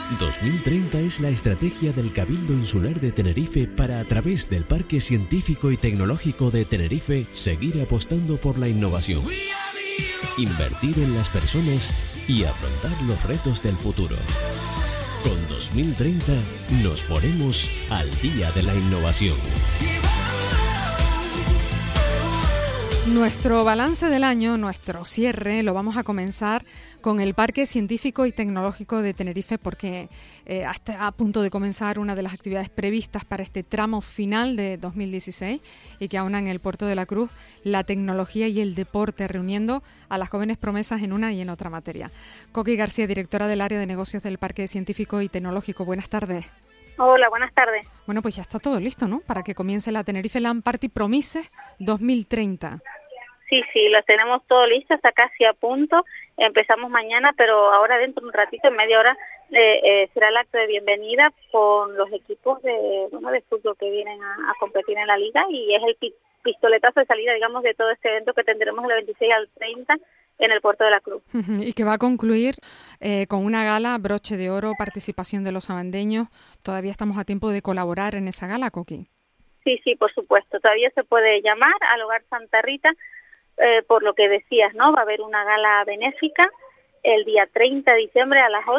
2030 es la estrategia del Cabildo Insular de Tenerife para, a través del Parque Científico y Tecnológico de Tenerife, seguir apostando por la innovación, invertir en las personas y afrontar los retos del futuro. Con 2030 nos ponemos al día de la innovación. Nuestro balance del año, nuestro cierre, lo vamos a comenzar con el Parque Científico y Tecnológico de Tenerife, porque está a punto de comenzar una de las actividades previstas para este tramo final de 2016 y que aúna en el Puerto de la Cruz la tecnología y el deporte, reuniendo a las jóvenes promesas en una y en otra materia. Coqui García, directora del área de negocios del Parque Científico y Tecnológico. Buenas tardes. Hola, buenas tardes. Bueno, pues ya está todo listo, ¿no? Para que comience la Tenerife Land Party Promises 2030. Sí, lo tenemos todo listo, está casi a punto. Empezamos mañana, pero ahora dentro de un ratito, en media hora, será el acto de bienvenida con los equipos de fútbol que vienen a competir en la liga, y es el pistoletazo de salida, digamos, de todo este evento que tendremos del 26 al 30 en el Puerto de la Cruz. Y que va a concluir con una gala, broche de oro, participación de los sabandeños. Todavía estamos a tiempo de colaborar en esa gala, Coqui. Sí, por supuesto. Todavía se puede llamar al Hogar Santa Rita, por lo que decías, ¿no? Va a haber una gala benéfica el día 30 de diciembre a las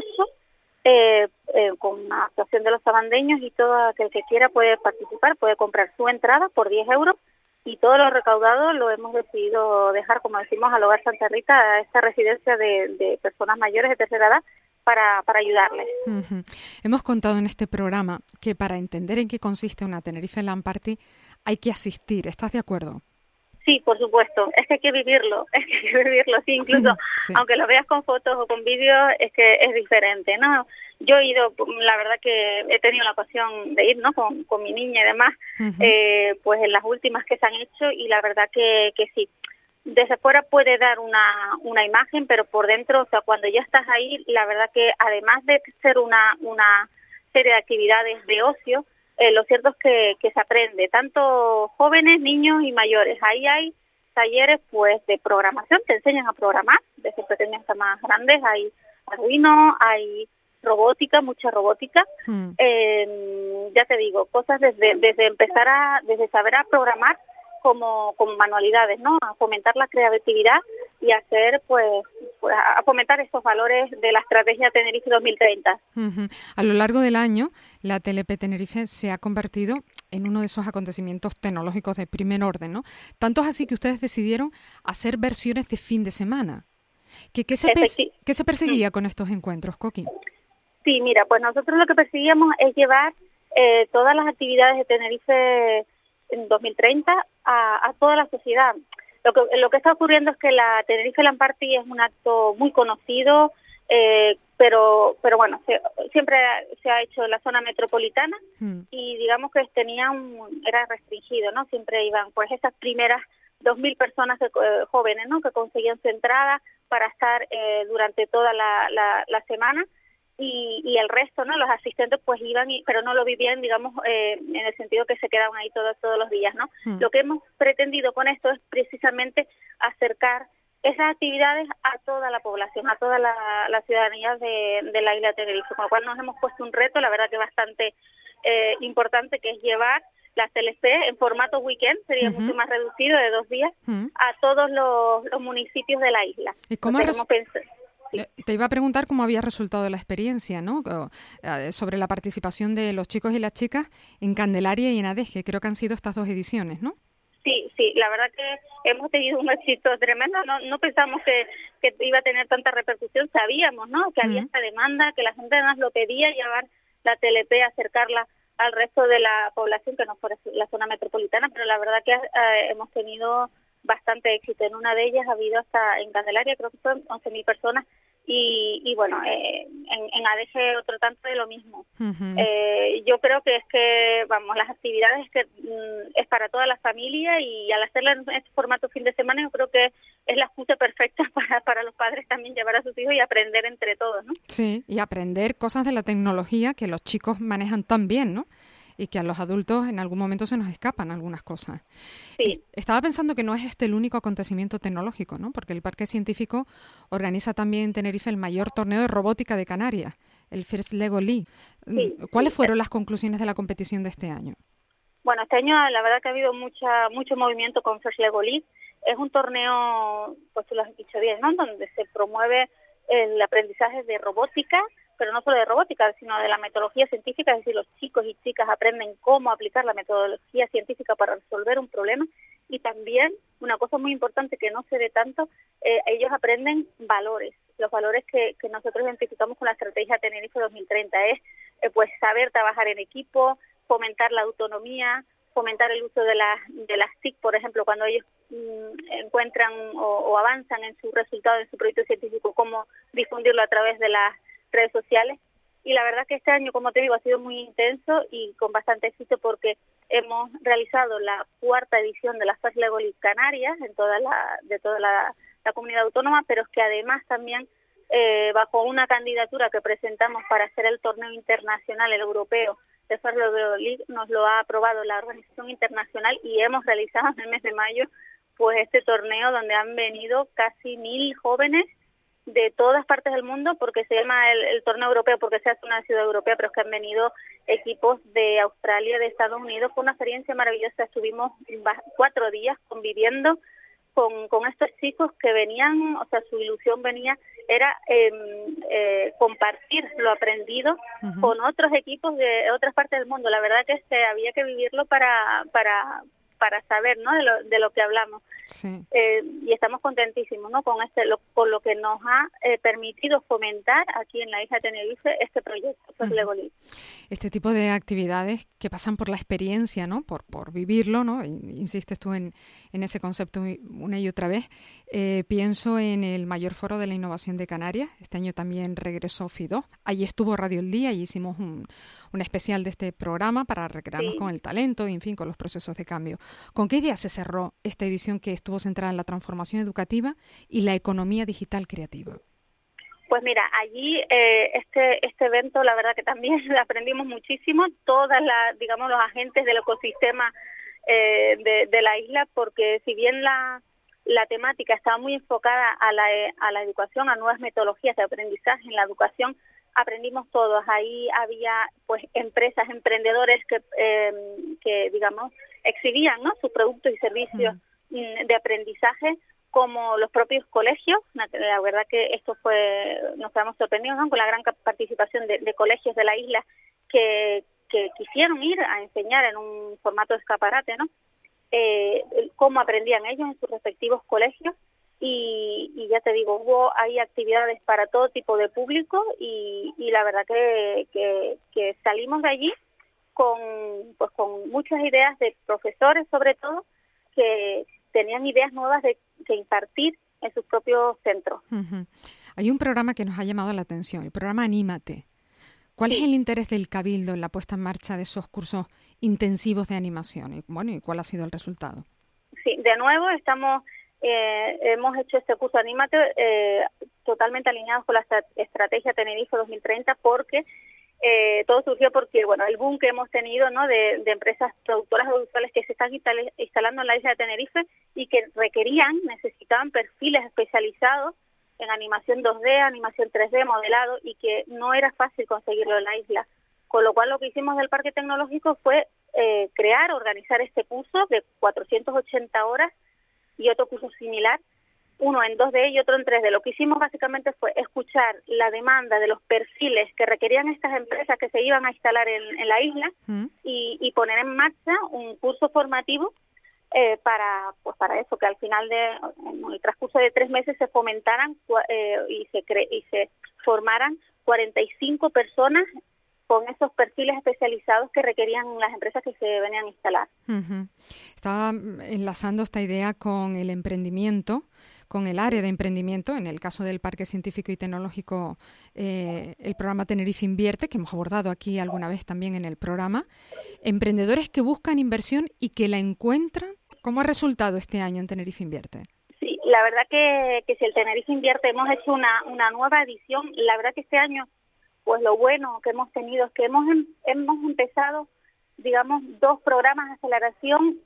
8, con una actuación de los sabandeños, y todo aquel que quiera puede participar, puede comprar su entrada por 10 euros, y todo lo recaudado lo hemos decidido dejar, como decimos, al Hogar Santa Rita, a esta residencia de personas mayores de tercera edad, para ayudarles. Hemos contado en este programa que para entender en qué consiste una Tenerife Land Party hay que asistir. ¿Estás de acuerdo? Sí, por supuesto, es que hay que vivirlo, sí, incluso sí. Aunque lo veas con fotos o con vídeos, es que es diferente, ¿no? Yo he ido, la verdad que he tenido la ocasión de ir, ¿no? Con mi niña y demás, pues en las últimas que se han hecho, y la verdad que sí. Desde fuera puede dar una imagen, pero por dentro, o sea, cuando ya estás ahí, la verdad que además de ser una serie de actividades de ocio, lo cierto es que se aprende, tanto jóvenes, niños y mayores. Ahí hay talleres pues de programación, te enseñan a programar, desde pequeños hasta más grandes. Hay Arduino, hay robótica, mucha robótica. Ya te digo, cosas desde empezar desde saber a programar como manualidades, ¿no? A fomentar la creatividad y hacer, pues a fomentar esos valores de la estrategia Tenerife 2030. A lo largo del año, la TLP Tenerife se ha convertido en uno de esos acontecimientos tecnológicos de primer orden, ¿no? Tanto es así que ustedes decidieron hacer versiones de fin de semana. ¿Qué se perseguía con estos encuentros, Coqui? Sí, mira, pues nosotros lo que perseguíamos es llevar todas las actividades de Tenerife en 2030 a toda la sociedad. Lo que está ocurriendo es que la Tenerife Land Party es un acto muy conocido, pero bueno, siempre se ha hecho en la zona metropolitana, y digamos que era restringido, ¿no? Siempre iban pues esas primeras 2.000 personas jóvenes, ¿no? Que conseguían su entrada para estar durante toda la semana. Y el resto, ¿no? Los asistentes pues iban, pero no lo vivían, digamos, en el sentido que se quedaban ahí todos los días, ¿no? Lo que hemos pretendido con esto es precisamente acercar esas actividades a toda la población, a toda la ciudadanía de la isla de Tenerife, con lo cual nos hemos puesto un reto, la verdad que bastante importante, que es llevar las TLP en formato weekend, sería mucho más reducido, de 2 días, a todos los municipios de la isla. ¿Y cómo Te iba a preguntar cómo había resultado la experiencia, ¿no? Sobre la participación de los chicos y las chicas en Candelaria y en Adeje. Creo que han sido estas 2 ediciones, ¿no? Sí, la verdad que hemos tenido un éxito tremendo. No pensamos que iba a tener tanta repercusión. Sabíamos, ¿no? Que había esta demanda, que la gente además lo pedía, llevar la TLP, acercarla al resto de la población, que no fuera la zona metropolitana, pero la verdad que hemos tenido bastante éxito. En una de ellas ha habido hasta en Candelaria, creo que son 11.000 personas, y bueno, en Adeje otro tanto de lo mismo. Yo creo que las actividades es para toda la familia, y al hacerla en este formato fin de semana, yo creo que es la excusa perfecta para los padres también llevar a sus hijos y aprender entre todos, ¿no? Sí, y aprender cosas de la tecnología que los chicos manejan tan bien, ¿no? y que a los adultos en algún momento se nos escapan algunas cosas. Sí. Estaba pensando que no es este el único acontecimiento tecnológico, ¿no? Porque el Parque Científico organiza también en Tenerife el mayor torneo de robótica de Canarias, el First Lego League. Sí, ¿Cuáles fueron las conclusiones de la competición de este año? Bueno, este año la verdad que ha habido mucho movimiento con First Lego League. Es un torneo, pues tú lo has dicho bien, ¿no? Donde se promueve el aprendizaje de robótica, pero no solo de robótica, sino de la metodología científica, es decir, los chicos y chicas aprenden cómo aplicar la metodología científica para resolver un problema. Y también, una cosa muy importante que no se ve tanto, ellos aprenden valores. Los valores que nosotros identificamos con la estrategia Tenerife 2030 es pues saber trabajar en equipo, fomentar la autonomía, fomentar el uso de las TIC, por ejemplo, cuando ellos encuentran o avanzan en su resultado, en su proyecto científico, cómo difundirlo a través de las redes sociales. Y la verdad que este año, como te digo, ha sido muy intenso y con bastante éxito porque hemos realizado la 4ª edición de la First Lego League Canarias de toda la comunidad autónoma, pero es que además también bajo una candidatura que presentamos para hacer el torneo internacional, el europeo, de First Lego League, nos lo ha aprobado la organización internacional y hemos realizado en el mes de mayo pues este torneo donde han venido casi 1.000 jóvenes de todas partes del mundo, porque se llama el torneo europeo porque se hace en una ciudad europea, pero es que han venido equipos de Australia, de Estados Unidos. Fue una experiencia maravillosa. Estuvimos 4 días conviviendo con estos chicos que venían, o sea, su ilusión era compartir lo aprendido con otros equipos de otras partes del mundo. La verdad que había que vivirlo para saber, ¿no?, de lo que hablamos. Sí. Y estamos contentísimos, ¿no?, con lo que nos ha permitido fomentar aquí en la isla de Tenerife este proyecto, Lego League. Este tipo de actividades que pasan por la experiencia, ¿no?, por vivirlo, ¿no?, insistes tú en ese concepto una y otra vez. Pienso en el mayor foro de la innovación de Canarias. Este año también regresó FIDO. Allí estuvo Radio El Día y hicimos un especial de este programa para recrearnos con el talento y, en fin, con los procesos de cambio. ¿Con qué idea se cerró esta edición que estuvo centrada en la transformación educativa y la economía digital creativa? Pues mira, allí este evento, la verdad que también aprendimos muchísimo, digamos, los agentes del ecosistema de la isla, porque si bien la temática estaba muy enfocada a la educación, a nuevas metodologías de aprendizaje en la educación, aprendimos todos. Ahí había pues empresas, emprendedores que digamos exhibían, ¿no?, sus productos y servicios de aprendizaje, como los propios colegios. La verdad que nos quedamos sorprendidos, ¿no?, con la gran participación de colegios de la isla que quisieron ir a enseñar en un formato de escaparate, ¿no?, cómo aprendían ellos en sus respectivos colegios. Y ya te digo, hubo ahí actividades para todo tipo de público y la verdad que salimos de allí con muchas ideas de profesores, sobre todo, que tenían ideas nuevas que impartir en sus propios centros. Hay un programa que nos ha llamado la atención, el programa Anímate. ¿Cuál es el interés del Cabildo en la puesta en marcha de esos cursos intensivos de animación? ¿Y cuál ha sido el resultado? Sí, de nuevo hemos hecho este curso Anímate totalmente alineados con la estrategia Tenerife 2030 porque todo surgió porque, bueno, el boom que hemos tenido, ¿no?, de empresas productoras audiovisuales que se están instalando en la isla de Tenerife y que necesitaban perfiles especializados en animación 2D, animación 3D, modelado, y que no era fácil conseguirlo en la isla. Con lo cual lo que hicimos del Parque Tecnológico fue organizar este curso de 480 horas y otro curso similar, uno en 2D y otro en 3D. Lo que hicimos básicamente fue escuchar la demanda de los perfiles que requerían estas empresas que se iban a instalar en la isla y poner en marcha un curso formativo para eso, que al final en el transcurso de 3 meses se fomentaran y se formaran 45 personas con esos perfiles especializados que requerían las empresas que se venían a instalar. Estaba enlazando esta idea con el emprendimiento, con el área de emprendimiento. En el caso del Parque Científico y Tecnológico, el programa Tenerife Invierte, que hemos abordado aquí alguna vez también en el programa. Emprendedores que buscan inversión y que la encuentran. ¿Cómo ha resultado este año en Tenerife Invierte? Sí, la verdad que si el Tenerife Invierte hemos hecho una nueva edición. La verdad que este año, pues lo bueno que hemos tenido es que hemos empezado digamos, 2 programas de aceleración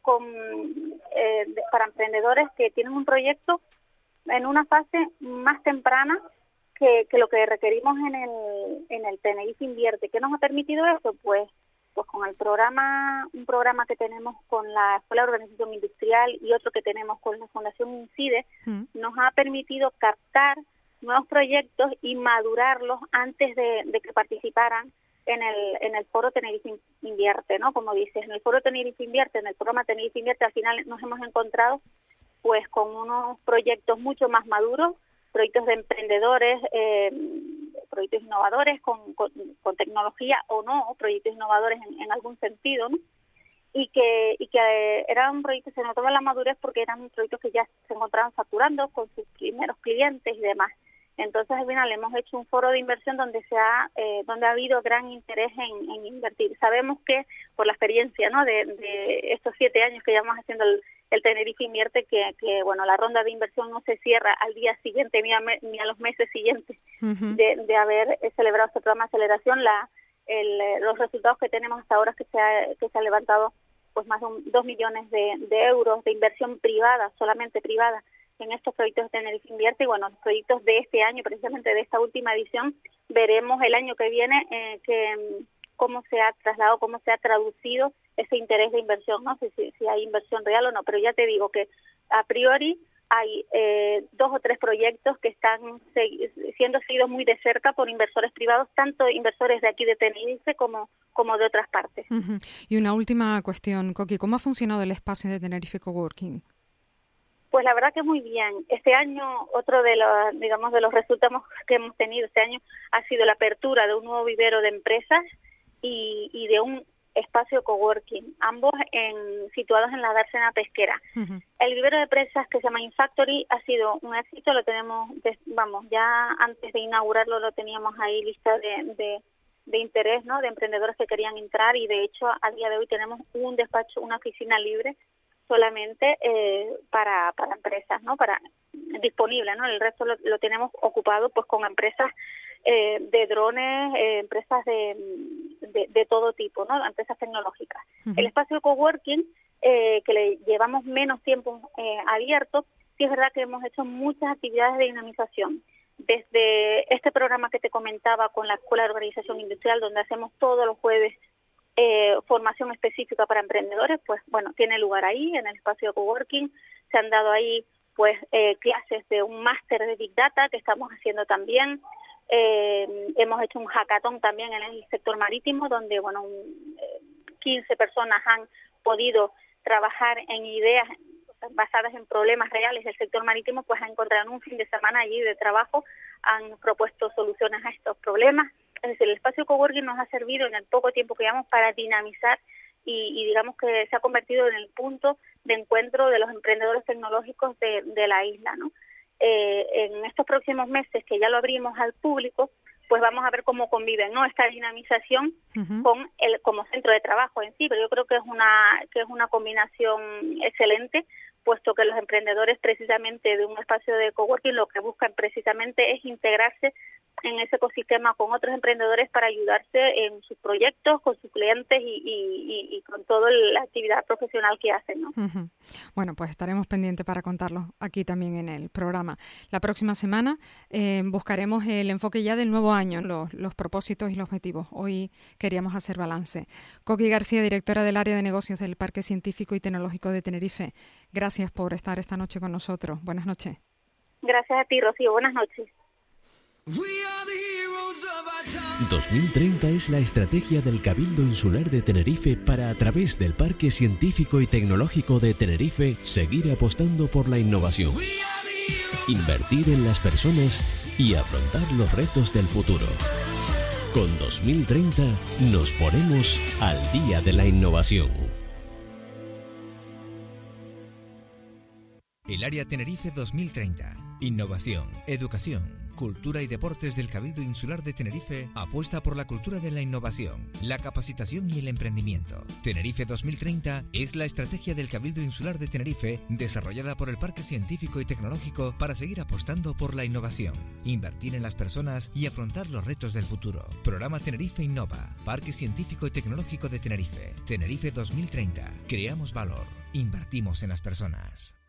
para emprendedores que tienen un proyecto en una fase más temprana que lo que requerimos en el Tenerife Invierte. ¿Qué nos ha permitido eso? Pues con un programa que tenemos con la Escuela de Organización Industrial y otro que tenemos con la Fundación Incide, nos ha permitido captar nuevos proyectos y madurarlos antes de que participaran en el foro Tenerife Invierte, ¿no? Como dices, en el foro Tenerife Invierte, en el programa Tenerife Invierte, al final nos hemos encontrado pues con unos proyectos mucho más maduros, proyectos de emprendedores, proyectos innovadores con tecnología o no, proyectos innovadores en algún sentido, ¿no? Y que eran proyectos, se notaba la madurez porque eran proyectos que ya se encontraban facturando con sus primeros clientes y demás. Entonces, al final hemos hecho un foro de inversión donde donde ha habido gran interés en invertir. Sabemos que, por la experiencia, ¿no?, de estos 7 años que llevamos haciendo el Tenerife Invierte, que bueno, la ronda de inversión no se cierra al día siguiente ni a los meses siguientes de haber celebrado este programa de aceleración. Los resultados que tenemos hasta ahora es que se ha levantado pues más de 2 millones de euros de inversión privada, solamente privada, en estos proyectos de Tenerife Invierte. Y bueno, los proyectos de este año, precisamente de esta última edición, veremos el año que viene cómo se ha trasladado, cómo se ha traducido ese interés de inversión, no sé si hay inversión real o no, pero ya te digo que a priori hay 2 o 3 proyectos que están siendo seguidos muy de cerca por inversores privados, tanto inversores de aquí de Tenerife como de otras partes. Y una última cuestión, Coqui, ¿cómo ha funcionado el espacio de Tenerife Coworking? Pues la verdad que muy bien. Este año, otro de los resultados que hemos tenido este año ha sido la apertura de un nuevo vivero de empresas y de un espacio coworking, ambos situados en la dársena pesquera. El vivero de empresas, que se llama Infactory, ha sido un éxito. Lo tenemos, ya antes de inaugurarlo lo teníamos ahí lista de interés, ¿no?, de emprendedores que querían entrar, y de hecho a día de hoy tenemos un despacho, una oficina libre solamente para empresas, ¿no?, disponible, ¿no? El resto lo tenemos ocupado pues con empresas de drones, empresas de todo tipo, ¿no?, empresas tecnológicas. El espacio de coworking, que le llevamos menos tiempo abierto, sí es verdad que hemos hecho muchas actividades de dinamización. Desde este programa que te comentaba con la Escuela de Organización Industrial, donde hacemos todos los jueves formación específica para emprendedores, pues bueno, tiene lugar ahí en el espacio de coworking. Se han dado ahí pues clases de un máster de Big Data que estamos haciendo también. Hemos hecho un hackathon también en el sector marítimo, donde 15 personas han podido trabajar en ideas basadas en problemas reales del sector marítimo, pues han encontrado en un fin de semana allí de trabajo, han propuesto soluciones a estos problemas. Es decir, el espacio coworking nos ha servido en el poco tiempo que llevamos para dinamizar y digamos que se ha convertido en el punto de encuentro de los emprendedores tecnológicos de la isla, ¿no? En estos próximos meses, que ya lo abrimos al público, pues vamos a ver cómo conviven, ¿no?, esta dinamización con como centro de trabajo en sí, pero yo creo que es una combinación excelente, puesto que los emprendedores precisamente de un espacio de coworking lo que buscan precisamente es integrarse en ese ecosistema con otros emprendedores para ayudarse en sus proyectos, con sus clientes y con toda la actividad profesional que hacen, ¿no? Bueno, pues estaremos pendientes para contarlo aquí también en el programa. La próxima semana buscaremos el enfoque ya del nuevo año, los propósitos y los objetivos. Hoy queríamos hacer balance. Coqui García, directora del área de negocios del Parque Científico y Tecnológico de Tenerife, gracias por estar esta noche con nosotros. Buenas noches. Gracias a ti, Rocío. Buenas noches. 2030 es la estrategia del Cabildo Insular de Tenerife para, a través del Parque Científico y Tecnológico de Tenerife, seguir apostando por la innovación, invertir en las personas y afrontar los retos del futuro. Con 2030 nos ponemos al día de la innovación. El Área Tenerife 2030. Innovación, educación, Cultura y Deportes del Cabildo Insular de Tenerife apuesta por la cultura de la innovación, la capacitación y el emprendimiento. Tenerife 2030 es la estrategia del Cabildo Insular de Tenerife desarrollada por el Parque Científico y Tecnológico para seguir apostando por la innovación, invertir en las personas y afrontar los retos del futuro. Programa Tenerife Innova, Parque Científico y Tecnológico de Tenerife. Tenerife 2030. Creamos valor. Invertimos en las personas.